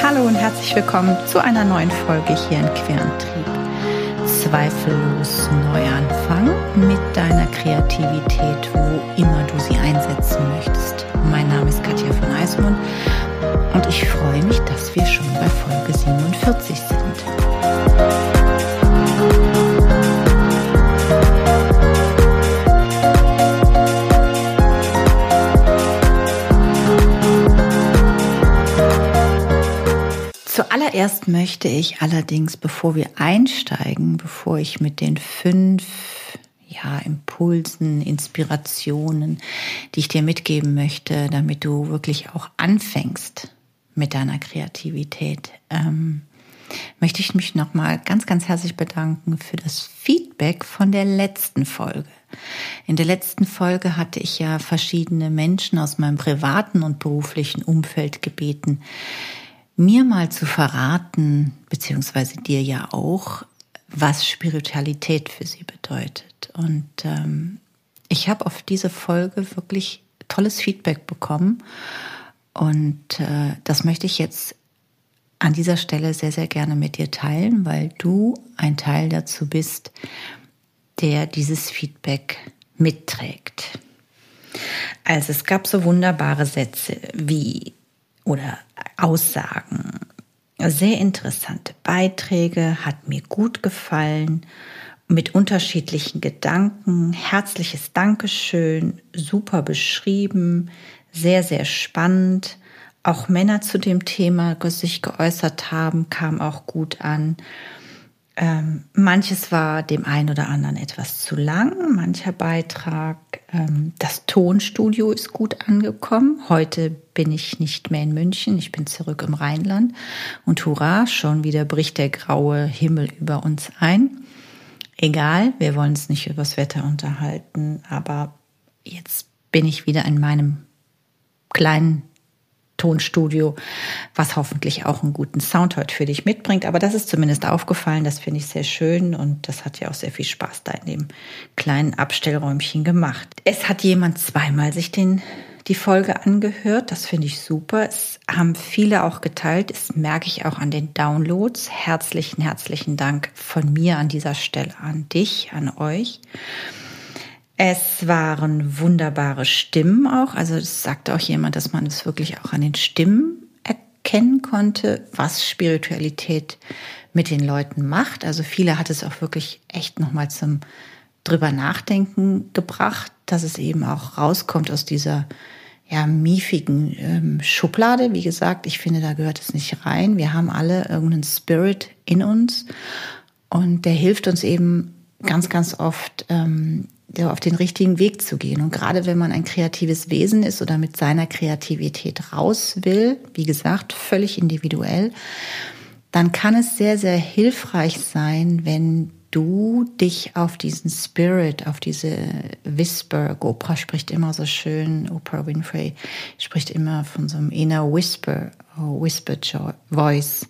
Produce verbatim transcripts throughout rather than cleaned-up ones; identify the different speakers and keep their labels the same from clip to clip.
Speaker 1: Hallo und herzlich willkommen zu einer neuen Folge hier in Querantrieb. Zweifellos Neuanfang mit deiner Kreativität, wo immer du sie einsetzen möchtest. Mein Name ist Katja von Eismund und ich freue mich, dass wir schon bei Folge siebenundvierzig sind. Zuallererst möchte ich allerdings, bevor wir einsteigen, bevor ich mit den fünf ja, Impulsen, Inspirationen, die ich dir mitgeben möchte, damit du wirklich auch anfängst mit deiner Kreativität, ähm, möchte ich mich nochmal ganz, ganz herzlich bedanken für das Feedback von der letzten Folge. In der letzten Folge hatte ich ja verschiedene Menschen aus meinem privaten und beruflichen Umfeld gebeten, mir mal zu verraten, beziehungsweise dir ja auch, was Spiritualität für sie bedeutet. Und ähm, ich habe auf diese Folge wirklich tolles Feedback bekommen. Und äh, das möchte ich jetzt an dieser Stelle sehr, sehr gerne mit dir teilen, weil du ein Teil dazu bist, der dieses Feedback mitträgt. Also es gab so wunderbare Sätze wie oder Aussagen, sehr interessante Beiträge, hat mir gut gefallen, mit unterschiedlichen Gedanken, herzliches Dankeschön, super beschrieben, sehr, sehr spannend. Auch Männer zu dem Thema sich geäußert haben, kam auch gut an. Ähm, manches war dem einen oder anderen etwas zu lang, mancher Beitrag. Ähm, das Tonstudio ist gut angekommen. Heute bin ich nicht mehr in München, ich bin zurück im Rheinland. Und hurra, schon wieder bricht der graue Himmel über uns ein. Egal, wir wollen uns nicht über das Wetter unterhalten, aber jetzt bin ich wieder in meinem kleinen Tonstudio, was hoffentlich auch einen guten Sound heute für dich mitbringt. Aber das ist zumindest aufgefallen, das finde ich sehr schön und das hat ja auch sehr viel Spaß da in dem kleinen Abstellräumchen gemacht. Es hat jemand zweimal sich den, die Folge angehört, das finde ich super. Es haben viele auch geteilt, das merke ich auch an den Downloads. Herzlichen, herzlichen Dank von mir an dieser Stelle an dich, an euch. Es waren wunderbare Stimmen auch, also es sagte auch jemand, dass man es wirklich auch an den Stimmen erkennen konnte, was Spiritualität mit den Leuten macht. Also viele hat es auch wirklich echt nochmal zum drüber nachdenken gebracht, dass es eben auch rauskommt aus dieser ja, miefigen ähm, Schublade. Wie gesagt, ich finde, da gehört es nicht rein. Wir haben alle irgendeinen Spirit in uns und der hilft uns eben ganz, ganz oft, ähm, auf den richtigen Weg zu gehen. Und gerade wenn man ein kreatives Wesen ist oder mit seiner Kreativität raus will, wie gesagt, völlig individuell, dann kann es sehr, sehr hilfreich sein, wenn du dich auf diesen Spirit, auf diese Whisper, Oprah spricht immer so schön, Oprah Winfrey spricht immer von so einem inner Whisper, Whispered Voice.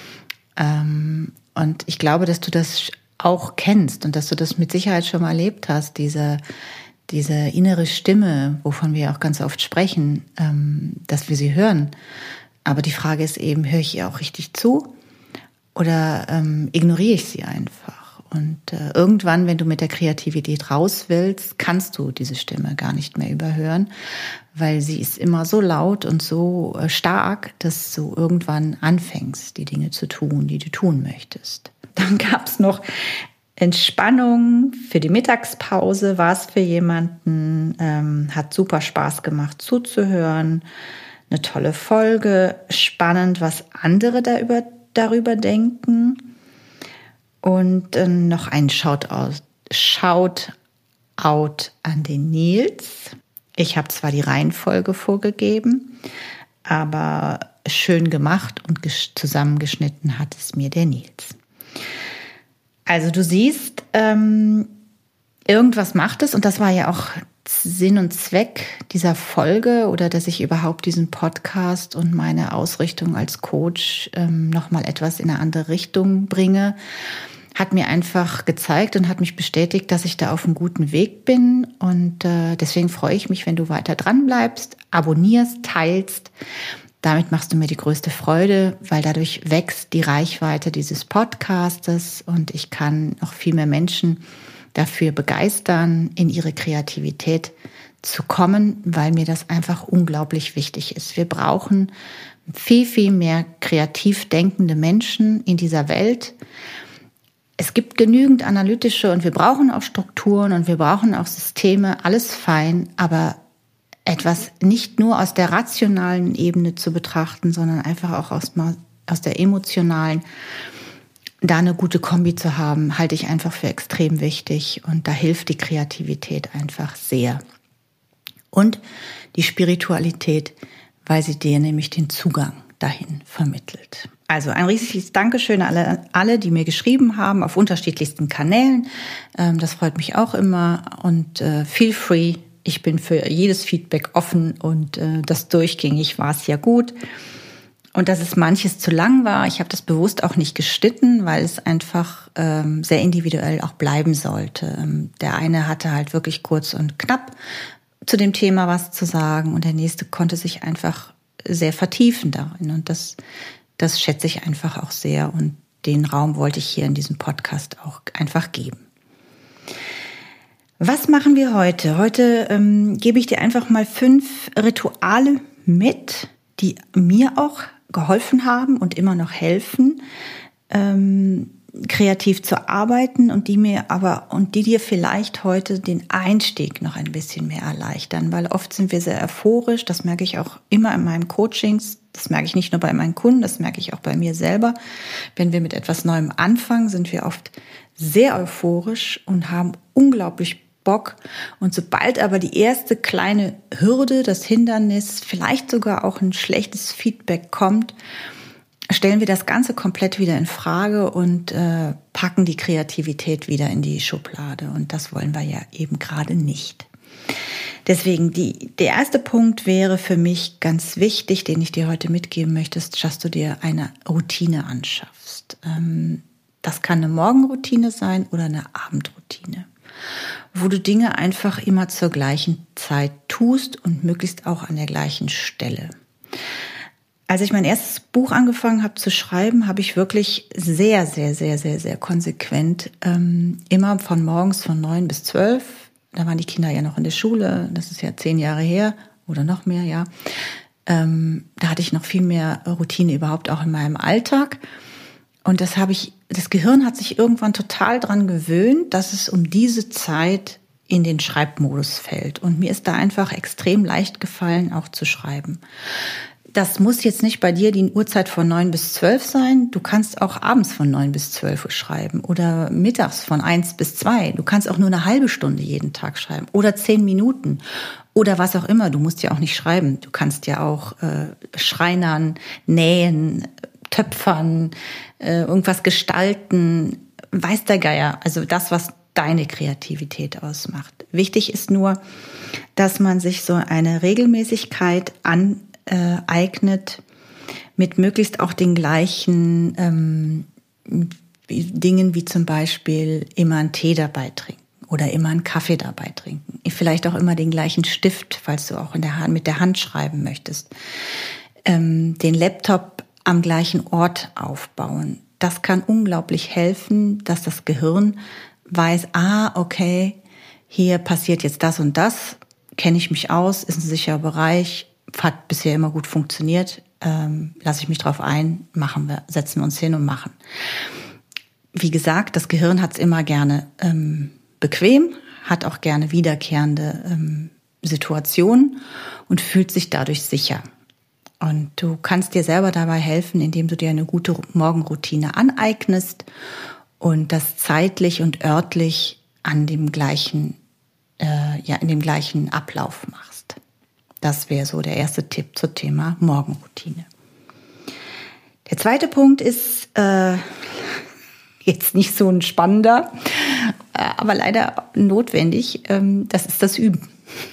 Speaker 1: Und ich glaube, dass du das auch kennst und dass du das mit Sicherheit schon mal erlebt hast, diese, diese innere Stimme, wovon wir auch ganz oft sprechen, ähm, dass wir sie hören. Aber die Frage ist eben, höre ich ihr auch richtig zu oder ähm, ignoriere ich sie einfach? Und äh, irgendwann, wenn du mit der Kreativität raus willst, kannst du diese Stimme gar nicht mehr überhören, weil sie ist immer so laut und so äh, stark, dass du irgendwann anfängst, die Dinge zu tun, die du tun möchtest. Dann gab es noch Entspannung für die Mittagspause, war es für jemanden, ähm, hat super Spaß gemacht zuzuhören, eine tolle Folge, spannend, was andere darüber, darüber denken und äh, noch ein Shoutout, Shoutout an den Nils. Ich habe zwar die Reihenfolge vorgegeben, aber schön gemacht und zusammengeschnitten hat es mir der Nils. Also du siehst, ähm, irgendwas macht es und das war ja auch Sinn und Zweck dieser Folge oder dass ich überhaupt diesen Podcast und meine Ausrichtung als Coach ähm, nochmal etwas in eine andere Richtung bringe, hat mir einfach gezeigt und hat mich bestätigt, dass ich da auf einem guten Weg bin und äh, deswegen freue ich mich, wenn du weiter dran bleibst, abonnierst, teilst, damit machst du mir die größte Freude, weil dadurch wächst die Reichweite dieses Podcastes und ich kann noch viel mehr Menschen dafür begeistern, in ihre Kreativität zu kommen, weil mir das einfach unglaublich wichtig ist. Wir brauchen viel, viel mehr kreativ denkende Menschen in dieser Welt. Es gibt genügend analytische und wir brauchen auch Strukturen und wir brauchen auch Systeme, alles fein, aber etwas nicht nur aus der rationalen Ebene zu betrachten, sondern einfach auch aus, aus der emotionalen, da eine gute Kombi zu haben, halte ich einfach für extrem wichtig und da hilft die Kreativität einfach sehr. Und die Spiritualität, weil sie dir nämlich den Zugang dahin vermittelt. Also ein riesiges Dankeschön an alle, alle, die mir geschrieben haben auf unterschiedlichsten Kanälen. Das freut mich auch immer und feel free. Ich bin für jedes Feedback offen und das durchgängig war es ja gut. Und dass es manches zu lang war, ich habe das bewusst auch nicht geschnitten, weil es einfach ähm, sehr individuell auch bleiben sollte. Ähm, der eine hatte halt wirklich kurz und knapp zu dem Thema was zu sagen und der nächste konnte sich einfach sehr vertiefen darin. Und das, das schätze ich einfach auch sehr und den Raum wollte ich hier in diesem Podcast auch einfach geben. Was machen wir heute? Heute ähm, gebe ich dir einfach mal fünf Rituale mit, die mir auch geholfen haben und immer noch helfen, ähm, kreativ zu arbeiten und die mir aber und die dir vielleicht heute den Einstieg noch ein bisschen mehr erleichtern, weil oft sind wir sehr euphorisch, das merke ich auch immer in meinen Coachings, das merke ich nicht nur bei meinen Kunden, das merke ich auch bei mir selber. Wenn wir mit etwas Neuem anfangen, sind wir oft sehr euphorisch und haben unglaublich Bock. Und sobald aber die erste kleine Hürde, das Hindernis, vielleicht sogar auch ein schlechtes Feedback kommt, stellen wir das Ganze komplett wieder in Frage und äh, packen die Kreativität wieder in die Schublade. Und das wollen wir ja eben gerade nicht. Deswegen, die, der erste Punkt wäre für mich ganz wichtig, den ich dir heute mitgeben möchte, ist, dass du dir eine Routine anschaffst. Ähm, das kann eine Morgenroutine sein oder eine Abendroutine, wo du Dinge einfach immer zur gleichen Zeit tust und möglichst auch an der gleichen Stelle. Als ich mein erstes Buch angefangen habe zu schreiben, habe ich wirklich sehr, sehr, sehr, sehr, sehr konsequent ähm, immer von morgens von neun bis zwölf, da waren die Kinder ja noch in der Schule, das ist ja zehn Jahre her oder noch mehr, ja. Ähm, da hatte ich noch viel mehr Routine überhaupt auch in meinem Alltag. Und das habe ich, das Gehirn hat sich irgendwann total dran gewöhnt, dass es um diese Zeit in den Schreibmodus fällt. Und mir ist da einfach extrem leicht gefallen, auch zu schreiben. Das muss jetzt nicht bei dir die Uhrzeit von neun bis zwölf sein. Du kannst auch abends von neun bis zwölf Uhr schreiben oder mittags von eins bis zwei. Du kannst auch nur eine halbe Stunde jeden Tag schreiben oder zehn Minuten oder was auch immer. Du musst ja auch nicht schreiben. Du kannst ja auch äh, schreinern, nähen, töpfern, äh, irgendwas gestalten. Weiß der Geier. Also das, was deine Kreativität ausmacht. Wichtig ist nur, dass man sich so eine Regelmäßigkeit an Äh, eignet, mit möglichst auch den gleichen ähm, Dingen wie zum Beispiel immer einen Tee dabei trinken oder immer einen Kaffee dabei trinken. Vielleicht auch immer den gleichen Stift, falls du auch in der Hand, mit der Hand schreiben möchtest. Ähm, den Laptop am gleichen Ort aufbauen. Das kann unglaublich helfen, dass das Gehirn weiß, ah, okay, hier passiert jetzt das und das, kenne ich mich aus, ist ein sicherer Bereich, hat bisher immer gut funktioniert, ähm, lasse ich mich drauf ein, machen wir, setzen wir uns hin und machen. Wie gesagt, das Gehirn hat es immer gerne ähm, bequem, hat auch gerne wiederkehrende ähm, Situationen und fühlt sich dadurch sicher. Und du kannst dir selber dabei helfen, indem du dir eine gute Morgenroutine aneignest und das zeitlich und örtlich an dem gleichen, äh, ja, in dem gleichen Ablauf machst. Das wäre so der erste Tipp zum Thema Morgenroutine. Der zweite Punkt ist äh, jetzt nicht so ein spannender, äh, aber leider notwendig. Ähm, das ist das Üben.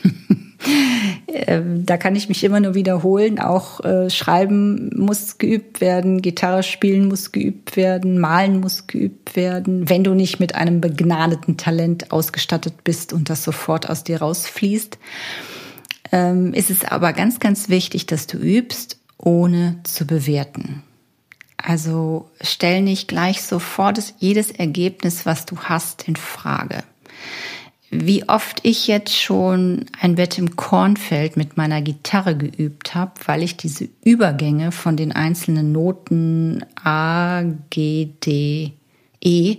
Speaker 1: ähm, da kann ich mich immer nur wiederholen. Auch äh, Schreiben muss geübt werden, Gitarre spielen muss geübt werden, Malen muss geübt werden. Wenn du nicht mit einem begnadeten Talent ausgestattet bist und das sofort aus dir rausfließt, ist es aber ganz, ganz wichtig, dass du übst ohne zu bewerten. Also stell nicht gleich sofort jedes Ergebnis, was du hast, in Frage. Wie oft ich jetzt schon ein Bett im Kornfeld mit meiner Gitarre geübt habe, weil ich diese Übergänge von den einzelnen Noten A, G, D, E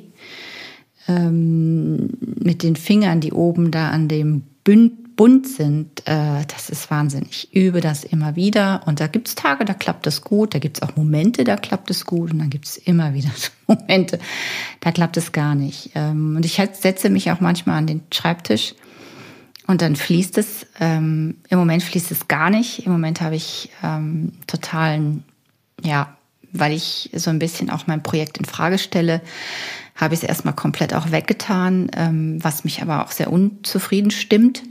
Speaker 1: ähm, mit den Fingern, die oben da an dem Bund sind, äh, das ist Wahnsinn. Ich übe das immer wieder und da gibt es Tage, da klappt es gut, da gibt es auch Momente, da klappt es gut und dann gibt es immer wieder Momente, da klappt es gar nicht. Ähm, und ich setze mich auch manchmal an den Schreibtisch und dann fließt es. Ähm, im Moment fließt es gar nicht. Im Moment habe ich ähm, totalen, ja, weil ich so ein bisschen auch mein Projekt in Frage stelle, habe ich es erstmal komplett auch weggetan, ähm, was mich aber auch sehr unzufrieden stimmt.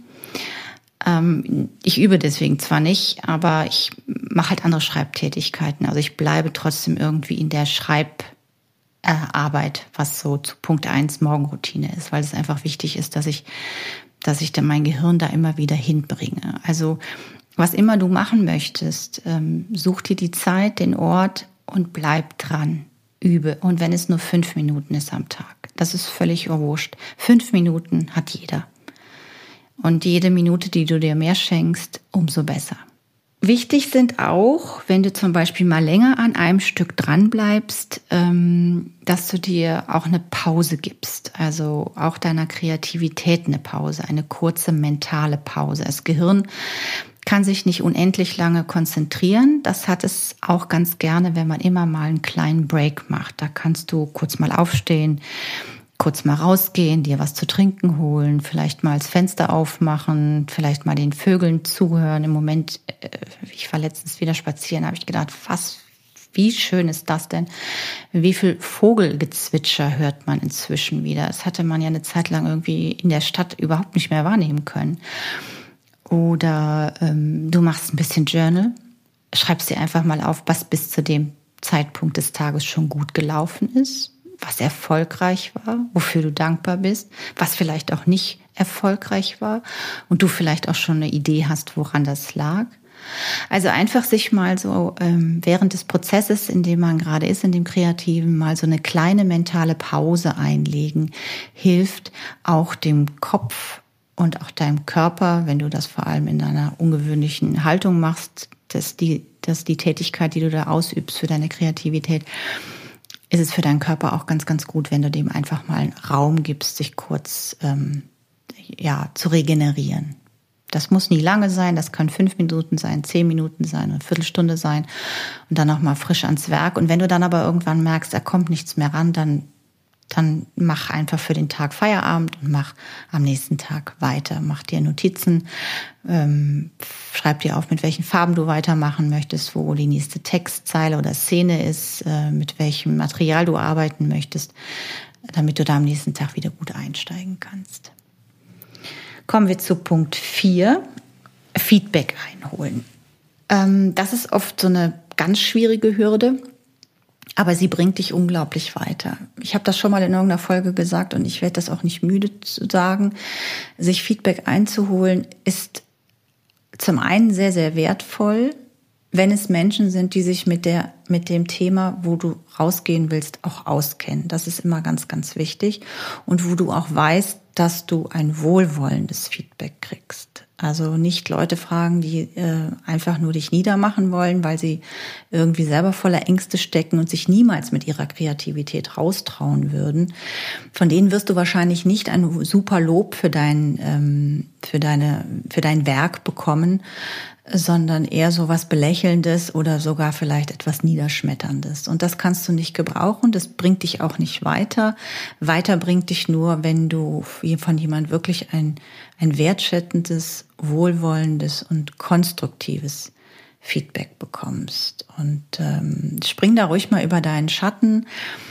Speaker 1: Ich übe deswegen zwar nicht, aber ich mache halt andere Schreibtätigkeiten. Also ich bleibe trotzdem irgendwie in der Schreibarbeit, was so zu Punkt eins Morgenroutine ist, weil es einfach wichtig ist, dass ich, dass ich dann mein Gehirn da immer wieder hinbringe. Also was immer du machen möchtest, such dir die Zeit, den Ort und bleib dran. Übe. Und wenn es nur fünf Minuten ist am Tag, das ist völlig wurscht. Fünf Minuten hat jeder. Und jede Minute, die du dir mehr schenkst, umso besser. Wichtig sind auch, wenn du zum Beispiel mal länger an einem Stück dran bleibst, dass du dir auch eine Pause gibst. Also auch deiner Kreativität eine Pause, eine kurze mentale Pause. Das Gehirn kann sich nicht unendlich lange konzentrieren. Das hat es auch ganz gerne, wenn man immer mal einen kleinen Break macht. Da kannst du kurz mal aufstehen, kurz mal rausgehen, dir was zu trinken holen, vielleicht mal das Fenster aufmachen, vielleicht mal den Vögeln zuhören. Im Moment, ich war letztens wieder spazieren, habe ich gedacht, was, wie schön ist das denn? Wie viel Vogelgezwitscher hört man inzwischen wieder? Das hatte man ja eine Zeit lang irgendwie in der Stadt überhaupt nicht mehr wahrnehmen können. Oder ähm, du machst ein bisschen Journal, schreibst dir einfach mal auf, was bis zu dem Zeitpunkt des Tages schon gut gelaufen ist, was erfolgreich war, wofür du dankbar bist, was vielleicht auch nicht erfolgreich war und du vielleicht auch schon eine Idee hast, woran das lag. Also einfach sich mal so ähm, während des Prozesses, in dem man gerade ist, in dem Kreativen, mal so eine kleine mentale Pause einlegen, hilft auch dem Kopf und auch deinem Körper, wenn du das vor allem in einer ungewöhnlichen Haltung machst, dass die, dass die Tätigkeit, die du da ausübst für deine Kreativität, ist es für deinen Körper auch ganz, ganz gut, wenn du dem einfach mal einen Raum gibst, sich kurz ähm, ja, zu regenerieren. Das muss nie lange sein, das können fünf Minuten sein, zehn Minuten sein, eine Viertelstunde sein und dann nochmal frisch ans Werk. Und wenn du dann aber irgendwann merkst, da kommt nichts mehr ran, dann dann mach einfach für den Tag Feierabend und mach am nächsten Tag weiter. Mach dir Notizen, ähm, schreib dir auf, mit welchen Farben du weitermachen möchtest, wo die nächste Textzeile oder Szene ist, äh, mit welchem Material du arbeiten möchtest, damit du da am nächsten Tag wieder gut einsteigen kannst. Kommen wir zu Punkt vier, Feedback einholen. Ähm, das ist oft so eine ganz schwierige Hürde. Aber sie bringt dich unglaublich weiter. Ich habe das schon mal in irgendeiner Folge gesagt und ich werde das auch nicht müde zu sagen. Sich Feedback einzuholen ist zum einen sehr, sehr wertvoll, wenn es Menschen sind, die sich mit der, mit dem Thema, wo du rausgehen willst, auch auskennen. Das ist immer ganz, ganz wichtig. Und wo du auch weißt, dass du ein wohlwollendes Feedback kriegst. Also nicht Leute fragen, die äh, einfach nur dich niedermachen wollen, weil sie irgendwie selber voller Ängste stecken und sich niemals mit ihrer Kreativität raustrauen würden. Von denen wirst du wahrscheinlich nicht ein super Lob für dein, ähm, für deine, für dein Werk bekommen, sondern eher so was Belächelndes oder sogar vielleicht etwas Niederschmetterndes. Und das kannst du nicht gebrauchen, das bringt dich auch nicht weiter. Weiter bringt dich nur, wenn du von jemand wirklich ein, ein wertschätzendes, wohlwollendes und konstruktives Feedback bekommst. Und ähm, spring da ruhig mal über deinen Schatten.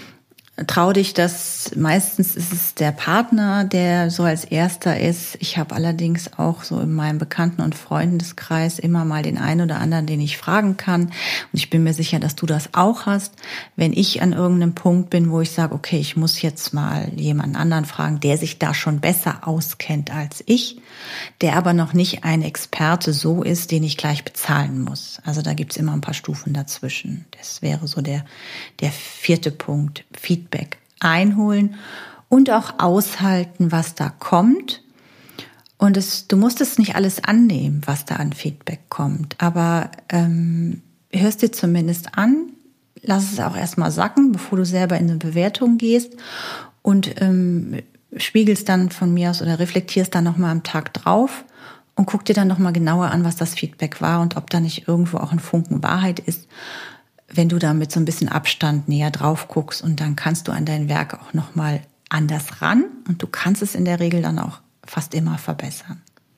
Speaker 1: Trau dich, dass meistens ist es der Partner, der so als erster ist. Ich habe allerdings auch so in meinem Bekannten- und Freundeskreis immer mal den einen oder anderen, den ich fragen kann. Und ich bin mir sicher, dass du das auch hast. Wenn ich an irgendeinem Punkt bin, wo ich sage, okay, ich muss jetzt mal jemanden anderen fragen, der sich da schon besser auskennt als ich, der aber noch nicht ein Experte so ist, den ich gleich bezahlen muss. Also da gibt's immer ein paar Stufen dazwischen. Das wäre so der, der vierte Punkt. Feedback einholen und auch aushalten, was da kommt. Und es, du musst es nicht alles annehmen, was da an Feedback kommt. Aber ähm, hörst dir zumindest an, lass es auch erstmal sacken, bevor du selber in eine Bewertung gehst und ähm, spiegelst dann von mir aus oder reflektierst dann nochmal am Tag drauf und guck dir dann nochmal genauer an, was das Feedback war und ob da nicht irgendwo auch ein Funken Wahrheit ist, wenn du da mit so ein bisschen Abstand näher drauf guckst, und dann kannst du an dein Werk auch nochmal anders ran und du kannst es in der Regel dann auch fast immer verbessern.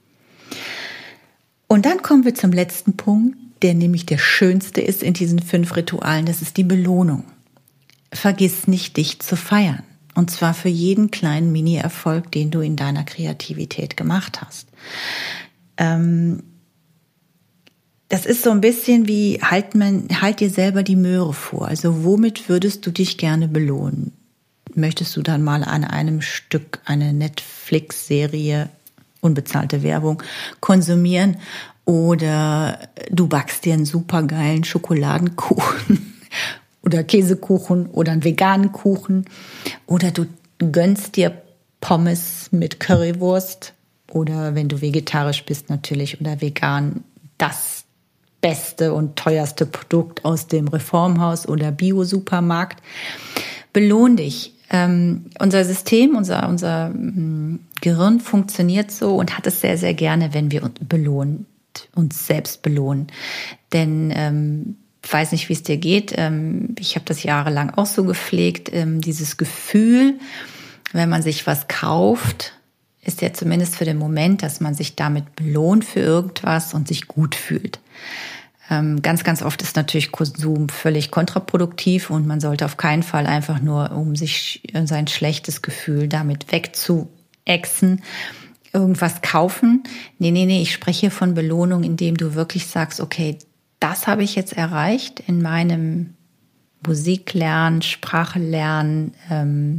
Speaker 1: Und dann kommen wir zum letzten Punkt, der nämlich der schönste ist in diesen fünf Ritualen, das ist die Belohnung. Vergiss nicht, dich zu feiern. Und zwar für jeden kleinen Mini-Erfolg, den du in deiner Kreativität gemacht hast. Ähm, das ist so ein bisschen wie, halt, man, halt dir selber die Möhre vor. Also womit würdest du dich gerne belohnen? Möchtest du dann mal an einem Stück eine Netflix-Serie, unbezahlte Werbung, konsumieren? Oder du backst dir einen supergeilen Schokoladenkuchen oder Käsekuchen oder einen veganen Kuchen. Oder du gönnst dir Pommes mit Currywurst. Oder wenn du vegetarisch bist natürlich oder vegan, das beste und teuerste Produkt aus dem Reformhaus oder Bio-Supermarkt. Belohn dich. Ähm, unser System, unser, unser ähm, Gehirn funktioniert so und hat es sehr, sehr gerne, wenn wir uns belohnen. uns selbst belohnen. Denn ähm, ich weiß nicht, wie es dir geht. Ähm, ich habe das jahrelang auch so gepflegt. Ähm, dieses Gefühl, wenn man sich was kauft, ist ja zumindest für den Moment, dass man sich damit belohnt für irgendwas und sich gut fühlt. Ähm, ganz, ganz oft ist natürlich Konsum völlig kontraproduktiv und man sollte auf keinen Fall einfach nur, um sich sein schlechtes Gefühl damit wegzuexen, irgendwas kaufen. Nee, nee, nee, ich spreche hier von Belohnung, indem du wirklich sagst, okay, das habe ich jetzt erreicht in meinem Musiklernen, Sprache lernen, ähm,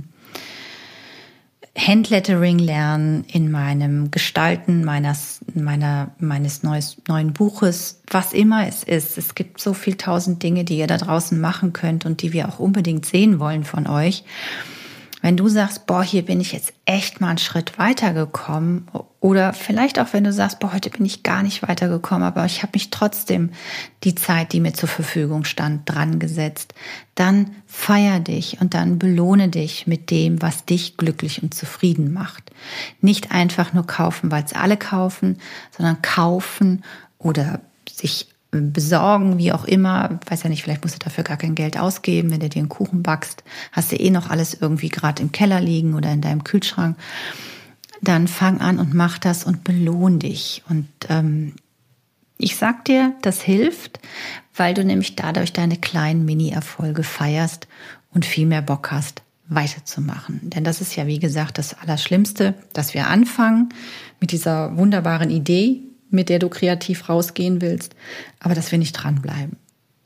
Speaker 1: Handlettering lernen, in meinem Gestalten meines, meiner, meines neues, neuen Buches, was immer es ist. Es gibt so viel tausend Dinge, die ihr da draußen machen könnt und die wir auch unbedingt sehen wollen von euch. Wenn du sagst, boah, hier bin ich jetzt echt mal einen Schritt weitergekommen, oder vielleicht auch, wenn du sagst, boah, heute bin ich gar nicht weitergekommen, aber ich habe mich trotzdem die Zeit, die mir zur Verfügung stand, dran gesetzt, dann feier dich und dann belohne dich mit dem, was dich glücklich und zufrieden macht. Nicht einfach nur kaufen, weil es alle kaufen, sondern kaufen oder sich besorgen, wie auch immer, weiß ja nicht, vielleicht musst du dafür gar kein Geld ausgeben, wenn du dir einen Kuchen backst, hast du eh noch alles irgendwie gerade im Keller liegen oder in deinem Kühlschrank, dann fang an und mach das und belohn dich. Und ähm, ich sag dir, das hilft, weil du nämlich dadurch deine kleinen Mini-Erfolge feierst und viel mehr Bock hast, weiterzumachen. Denn das ist ja, wie gesagt, das Allerschlimmste, dass wir anfangen mit dieser wunderbaren Idee, mit der du kreativ rausgehen willst, aber dass wir nicht dranbleiben.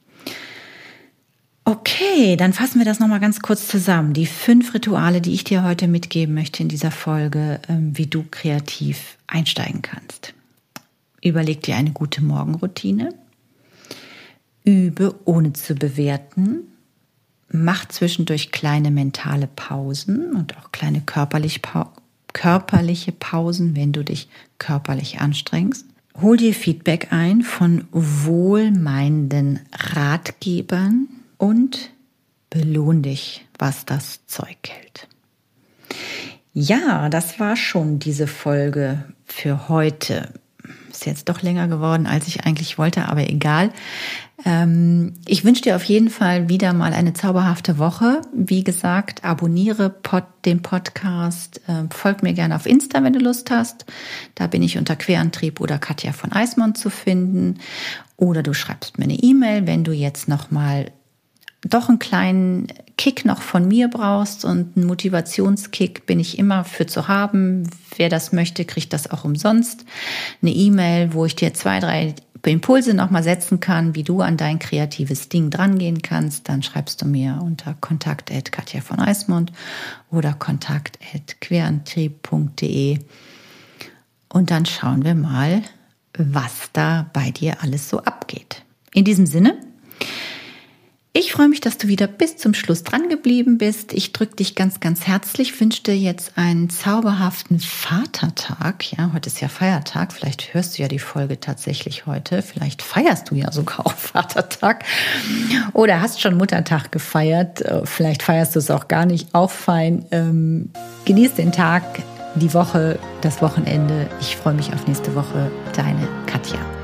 Speaker 1: Okay, dann fassen wir das nochmal ganz kurz zusammen. Die fünf Rituale, die ich dir heute mitgeben möchte in dieser Folge, wie du kreativ einsteigen kannst. Überleg dir eine gute Morgenroutine. Übe ohne zu bewerten. Mach zwischendurch kleine mentale Pausen und auch kleine körperlich pa- körperliche Pausen, wenn du dich körperlich anstrengst. Hol dir Feedback ein von wohlmeinenden Ratgebern und belohn dich, was das Zeug hält. Ja, das war schon diese Folge für heute. Ist jetzt doch länger geworden, als ich eigentlich wollte, aber egal. Ähm, ich wünsche dir auf jeden Fall wieder mal eine zauberhafte Woche. Wie gesagt, abonniere pod, den Podcast, äh, folg mir gerne auf Insta, wenn du Lust hast. Da bin ich unter Querantrieb oder Katja von Eismond zu finden. Oder du schreibst mir eine E-Mail, wenn du jetzt noch mal doch einen kleinen Kick noch von mir brauchst, und einen Motivationskick bin ich immer für zu haben. Wer das möchte, kriegt das auch umsonst. Eine E-Mail, wo ich dir zwei, drei Impulse nochmal setzen kann, wie du an dein kreatives Ding drangehen kannst, dann schreibst du mir unter kontakt at katja von eismond oder kontakt at querantrieb punkt de. Und dann schauen wir mal, was da bei dir alles so abgeht. In diesem Sinne, ich freue mich, dass du wieder bis zum Schluss dran geblieben bist. Ich drücke dich ganz, ganz herzlich, wünsche dir jetzt einen zauberhaften Vatertag. Ja, heute ist ja Feiertag. Vielleicht hörst du ja die Folge tatsächlich heute. Vielleicht feierst du ja sogar auch Vatertag oder hast schon Muttertag gefeiert. Vielleicht feierst du es auch gar nicht. Auch fein. Ähm, genieß den Tag, die Woche, das Wochenende. Ich freue mich auf nächste Woche. Deine Katja.